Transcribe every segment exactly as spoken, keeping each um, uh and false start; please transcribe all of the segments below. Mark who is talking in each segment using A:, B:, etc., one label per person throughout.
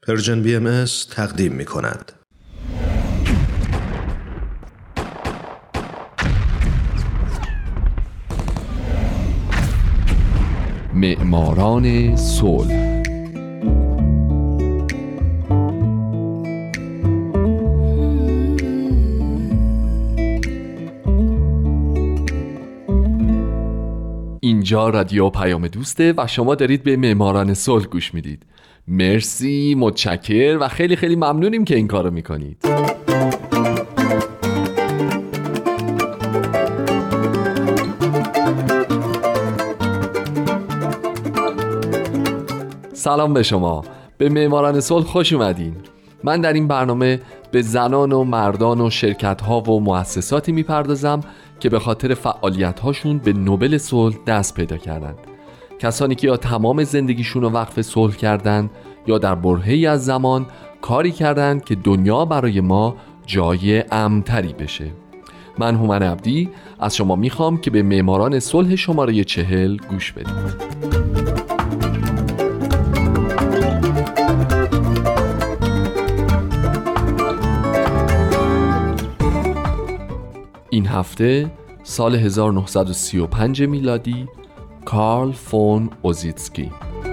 A: پرژن بی ام اس تقدیم می کند.
B: معماران صلح. اینجا رادیو پیام دوسته و شما دارید به معماران صلح گوش میدید. مرسی، متشکر و خیلی خیلی ممنونیم که این کارو میکنید. سلام به شما، به معماران صلح خوش اومدین. من در این برنامه به زنان و مردان و شرکت‌ها و مؤسساتی میپردازم که به خاطر فعالیت‌هاشون به نوبل صلح دست پیدا کردند. کسانی که یا تمام زندگیشون رو وقف صلح کردند یا در برهه‌ای از زمان کاری کردند که دنیا برای ما جای امن‌تری بشه. من هومن عبدی از شما میخوام که به معماران صلح شماره چهل گوش بدید. این هفته سال هزار و نهصد و سی و پنج میلادی، کارل فون اوزیتسکی.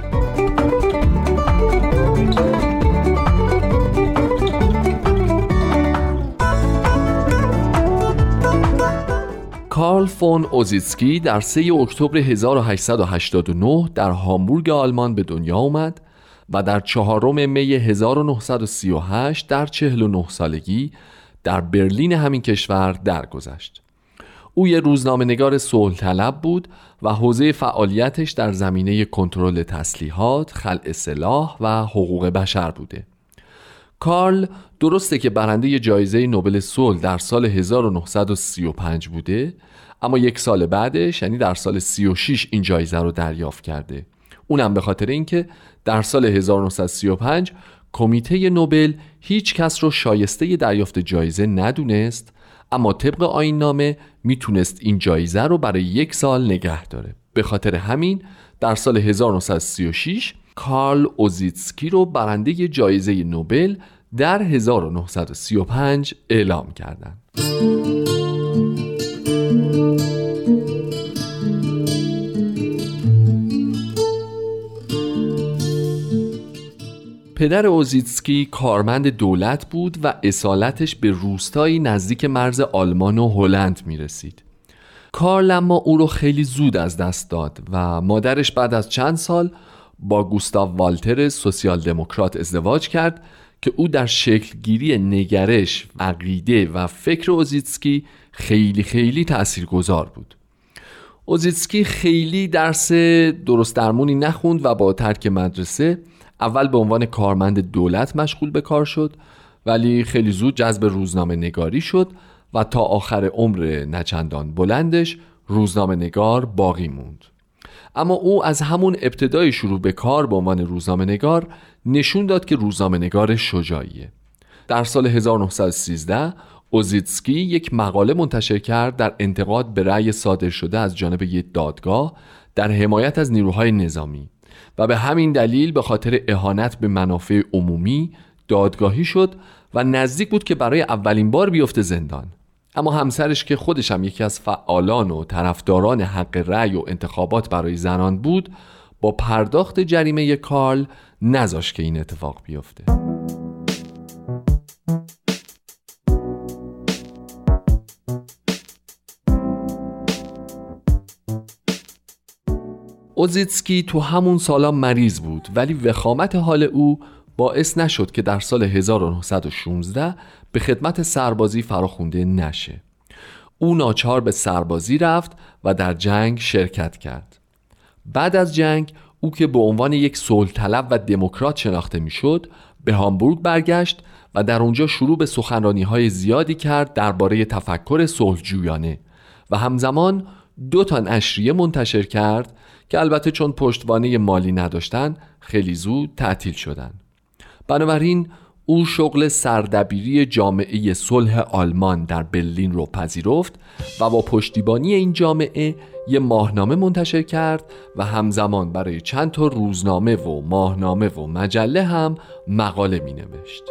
B: کارل فون اوزیتسکی در سوم اکتبر هزار و هشتصد و هشتاد و نه در هامبورگ آلمان به دنیا آمد و در چهارم می هزار و نهصد و سی و هشت در چهل و نه سالگی در برلین همین کشور درگذشت. او یک روزنامه‌نگار صلح طلب بود و حوزه فعالیتش در زمینه کنترل تسلیحات، خلع سلاح و حقوق بشر بوده. کارل درسته که برنده جایزه نوبل صلح در سال هزار و نهصد و سی و پنج بوده، اما یک سال بعدش یعنی در سال سی و شش این جایزه رو دریافت کرده. اونم به خاطر اینکه در سال هزار و نهصد و سی و پنج کمیته نوبل هیچ کس رو شایسته دریافت جایزه ندونست، اما طبق آیین نامه میتونست این جایزه رو برای یک سال نگه داره. به خاطر همین در سال هزار و نهصد و سی و شش کارل اوزیتسکی رو برنده جایزه نوبل در هزار و نهصد و سی و پنج اعلام کردند. پدر اوزیتسکی کارمند دولت بود و اصالتش به روستایی نزدیک مرز آلمان و هلند می رسید. کارل اما او رو خیلی زود از دست داد و مادرش بعد از چند سال با گوستاو والتر سوسیال دموکرات ازدواج کرد که او در شکلگیری نگرش، عقیده و فکر اوزیتسکی خیلی خیلی تاثیرگذار بود. اوزیتسکی خیلی درس درست درمونی نخوند و با ترک مدرسه اول به عنوان کارمند دولت مشغول به کار شد، ولی خیلی زود جذب روزنامه نگاری شد و تا آخر عمر نچندان بلندش روزنامه نگار باقی موند. اما او از همون ابتدای شروع به کار به عنوان روزنامه نگار نشون داد که روزنامه نگار شجاعیه. در سال هزار و نهصد و سیزده اوزیتسکی یک مقاله منتشر کرد در انتقاد به رأی صادر شده از جانب یک دادگاه در حمایت از نیروهای نظامی و به همین دلیل به خاطر اهانت به منافع عمومی دادگاهی شد و نزدیک بود که برای اولین بار بیفته زندان. اما همسرش که خودش هم یکی از فعالان و طرفداران حق رأی و انتخابات برای زنان بود، با پرداخت جریمه کارل نذاشت که این اتفاق بیفته. اوزیتسکی تو همون سالا مریض بود، ولی وخامت حال او باعث نشد که در سال هزار و نهصد و شانزده به خدمت سربازی فراخوانده نشه. او ناچار به سربازی رفت و در جنگ شرکت کرد. بعد از جنگ او که به عنوان یک صلح طلب و دموکرات شناخته میشد، به هامبورگ برگشت و در اونجا شروع به سخنرانی‌های زیادی کرد درباره تفکر صلحجویانه و همزمان دو تا نشریه منتشر کرد که البته چون پشتوانه مالی نداشتن خیلی زود تعطیل شدن. بنابراین او شغل سردبیری جامعه صلح آلمان در برلین رو پذیرفت و با پشتیبانی این جامعه یه ماهنامه منتشر کرد و همزمان برای چند تا روزنامه و ماهنامه و مجله هم مقاله می نوشت.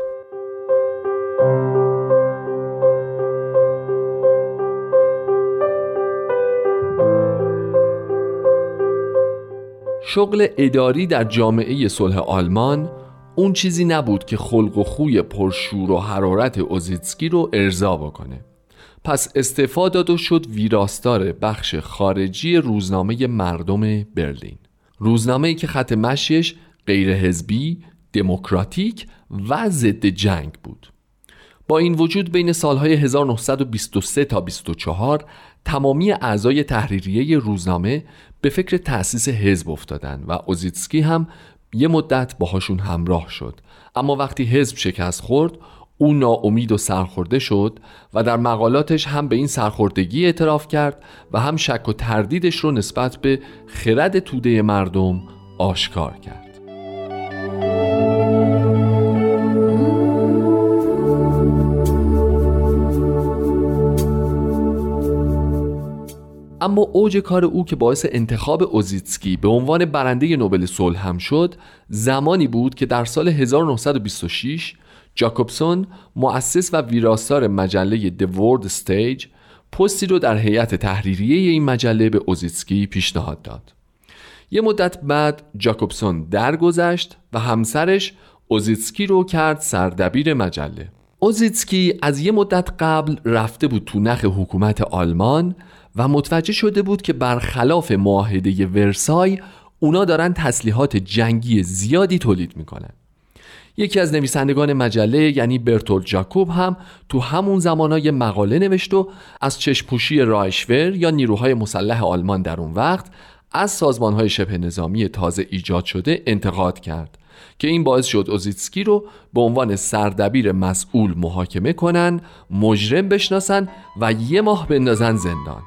B: شغل اداری در جامعه صلح آلمان اون چیزی نبود که خلق و خوی پرشور و حرارت اوزیتسکی رو ارضا بکنه. پس استعفا داد و شد ویراستار بخش خارجی روزنامه مردم برلین. روزنامه‌ای که خط مشیش غیر حزبی، دموکراتیک و ضد جنگ بود. با این وجود بین سالهای هزار و نهصد و بیست و سه تا بیست و چهار تمامی اعضای تحریریه روزنامه به فکر تأسیس حزب افتادن و اوزیتسکی هم یه مدت باهاشون همراه شد. اما وقتی حزب شکست خورد او ناامید و سرخورده شد و در مقالاتش هم به این سرخوردگی اعتراف کرد و هم شک و تردیدش رو نسبت به خرد توده مردم آشکار کرد. اما اوج کار او که باعث انتخاب اوزیتسکی به عنوان برنده نوبل صلح هم شد زمانی بود که در سال هزار و نهصد و بیست و شش جاکوبسون مؤسس و ویراستار مجله The World Stage پستی رو در هیئت تحریریه این مجله به اوزیتسکی پیشنهاد داد. یه مدت بعد جاکوبسون درگذشت و همسرش اوزیتسکی رو کرد سردبیر مجله. اوزیتسکی از یه مدت قبل رفته بود تو نخ حکومت آلمان و متوجه شده بود که برخلاف معاهده ورسای اونا دارن تسلیحات جنگی زیادی تولید میکنن. یکی از نویسندگان مجله یعنی برتولد جاکوب هم تو همون زمانای مقاله نوشت و از چشم‌پوشی رایشور یا نیروهای مسلح آلمان در اون وقت از سازمانهای شبه نظامی تازه ایجاد شده انتقاد کرد که این باعث شد اوزیتسکی رو به عنوان سردبیر مسئول محاکمه کنن، مجرم بشناسن و یه ماه بندازن زندان.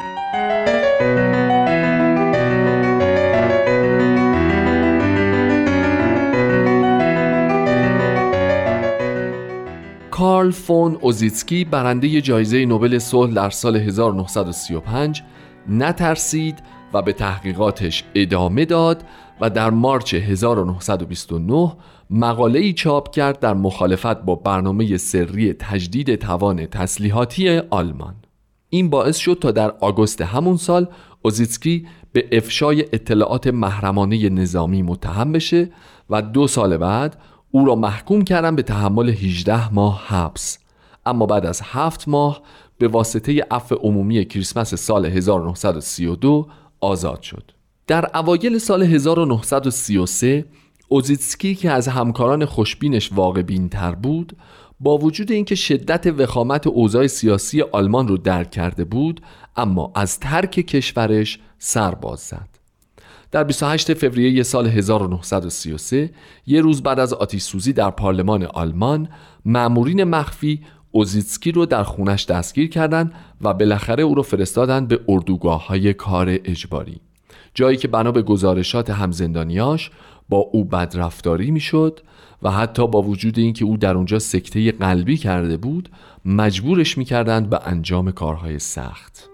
B: کارل فون اوزیتسکی برنده جایزه نوبل صلح در سال هزار و نهصد و سی و پنج نترسید و به تحقیقاتش ادامه داد و در مارچ هزار و نهصد و بیست و نه مقاله‌ای چاپ کرد در مخالفت با برنامه سری تجدید توان تسلیحاتی آلمان. این باعث شد تا در آگوست همون سال اوزیتسکی به افشای اطلاعات محرمانه نظامی متهم بشه و دو سال بعد او را محکوم کردن به تحمل هجده ماه حبس، اما بعد از هفت ماه به واسطه عفو عمومی کریسمس سال هزار و نهصد و سی و دو آزاد شد. در اوایل سال هزار و نهصد و سی و سه اوزیتسکی که از همکاران خوشبینش واقع بین‌تر بود، با وجود اینکه شدت وخامت اوضاع سیاسی آلمان رو درک کرده بود، اما از ترک کشورش سر باز زد. در بیست و هشتم فوریه سال هزار و نهصد و سی و سه، یه روز بعد از آتش‌سوزی در پارلمان آلمان، مامورین مخفی اوزیتسکی رو در خونش دستگیر کردند و بالاخره او رو فرستادن به اردوگاه‌های کار اجباری، جایی که بنا به گزارشات همزندانیاش با او بدرفتاری میشد و حتی با وجود اینکه او در اونجا سکته قلبی کرده بود مجبورش میکردند به انجام کارهای سخت.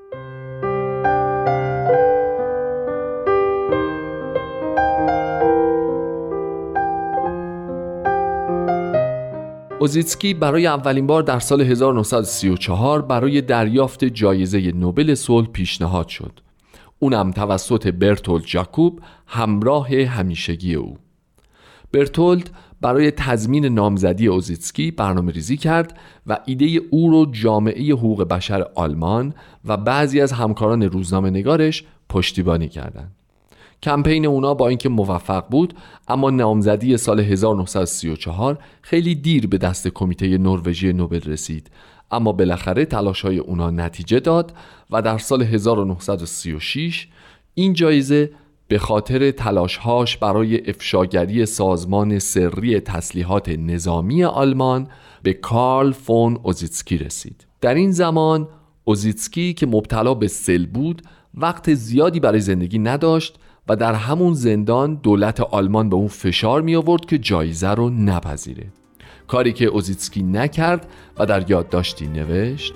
B: اوزیتسکی برای اولین بار در سال هزار و نهصد و سی و چهار برای دریافت جایزه نوبل صلح پیشنهاد شد، اونم توسط برتولد جاکوب، همراه همیشگی او. برتولد برای تضمین نامزدی اوزیتسکی برنامه ریزی کرد و ایده او رو جامعه حقوق بشر آلمان و بعضی از همکاران روزنامه نگارش پشتیبانی کردند. کمپین اونا با اینکه موفق بود، اما نامزدی سال هزار و نهصد و سی و چهار خیلی دیر به دست کمیته نروژی نوبل رسید، اما بالاخره تلاش‌های اونا نتیجه داد و در سال هزار و نهصد و سی و شش این جایزه به خاطر تلاش‌هاش برای افشاگری سازمان سری تسلیحات نظامی آلمان به کارل فون اوزیتسکی رسید. در این زمان اوزیتسکی که مبتلا به سل بود وقت زیادی برای زندگی نداشت و در همون زندان دولت آلمان به اون فشار می آورد که جایزه رو نپذیره. کاری که اوزیتسکی نکرد و در یادداشتی نوشت: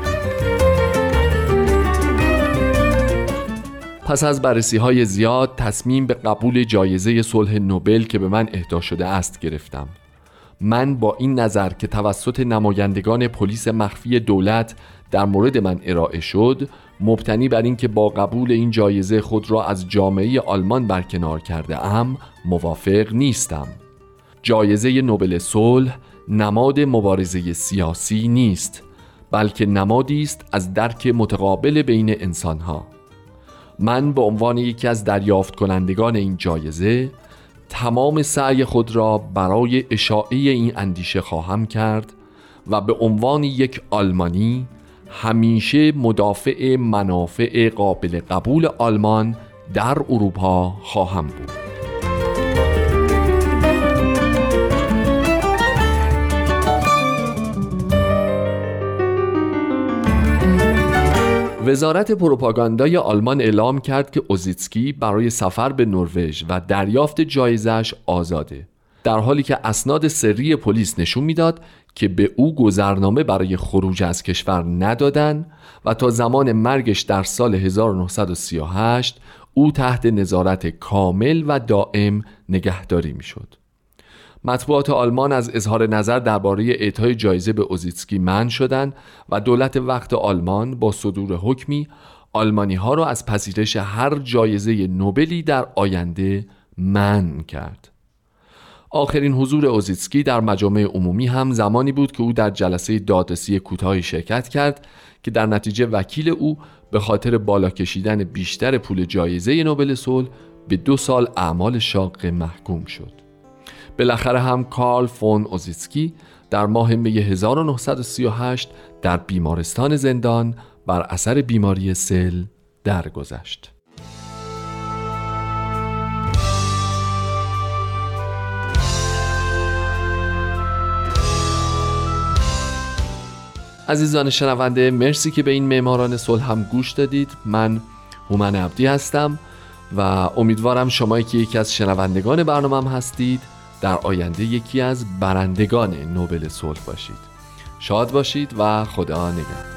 B: پس از بررسی‌های زیاد تصمیم به قبول جایزه صلح نوبل که به من اهدا شده است گرفتم. من با این نظر که توسط نمایندگان پلیس مخفی دولت در مورد من ارائه شد، مبتنی بر این که با قبول این جایزه خود را از جامعه آلمان برکنار کرده ام موافق نیستم. جایزه نوبل صلح نماد مبارزه سیاسی نیست، بلکه نمادی است از درک متقابل بین انسانها. من به عنوان یکی از دریافت کنندگان این جایزه تمام سعی خود را برای اشاعه این اندیشه خواهم کرد و به عنوان یک آلمانی همیشه مدافع منافع قابل قبول آلمان در اروپا خواهم بود. وزارت پروپاگاندای آلمان اعلام کرد که اوزیتسکی برای سفر به نروژ و دریافت جایزه‌اش آزاده، در حالی که اسناد سری پلیس نشون میداد که به او گذرنامه برای خروج از کشور ندادن و تا زمان مرگش در سال هزار و نهصد و سی و هشت او تحت نظارت کامل و دائم نگهداری میشد. مطبوعات آلمان از اظهار نظر درباره اعطای جایزه به اوزیتسکی منع شدند و دولت وقت آلمان با صدور حکمی آلمانی ها را از پذیرش هر جایزه نوبلی در آینده منع کرد. آخرین حضور اوزیتسکی در مجامع عمومی هم زمانی بود که او در جلسه دادرسی کوتاهی شرکت کرد که در نتیجه وکیل او به خاطر بالا کشیدن بیشتر پول جایزه نوبل صلح به دو سال اعمال شاق محکوم شد. بالاخره هم کارل فون اوزیتسکی در ماه می هزار و نهصد و سی و هشت در بیمارستان زندان بر اثر بیماری سل درگذشت. عزیزان شنونده، مرسی که به این معماران صلح هم گوش دادید. من هومن عبدی هستم و امیدوارم شمایی که یکی از شنوندگان برنامه‌ام هستید در آینده یکی از برندگان نوبل صلح باشید. شاد باشید و خدا نگهدار.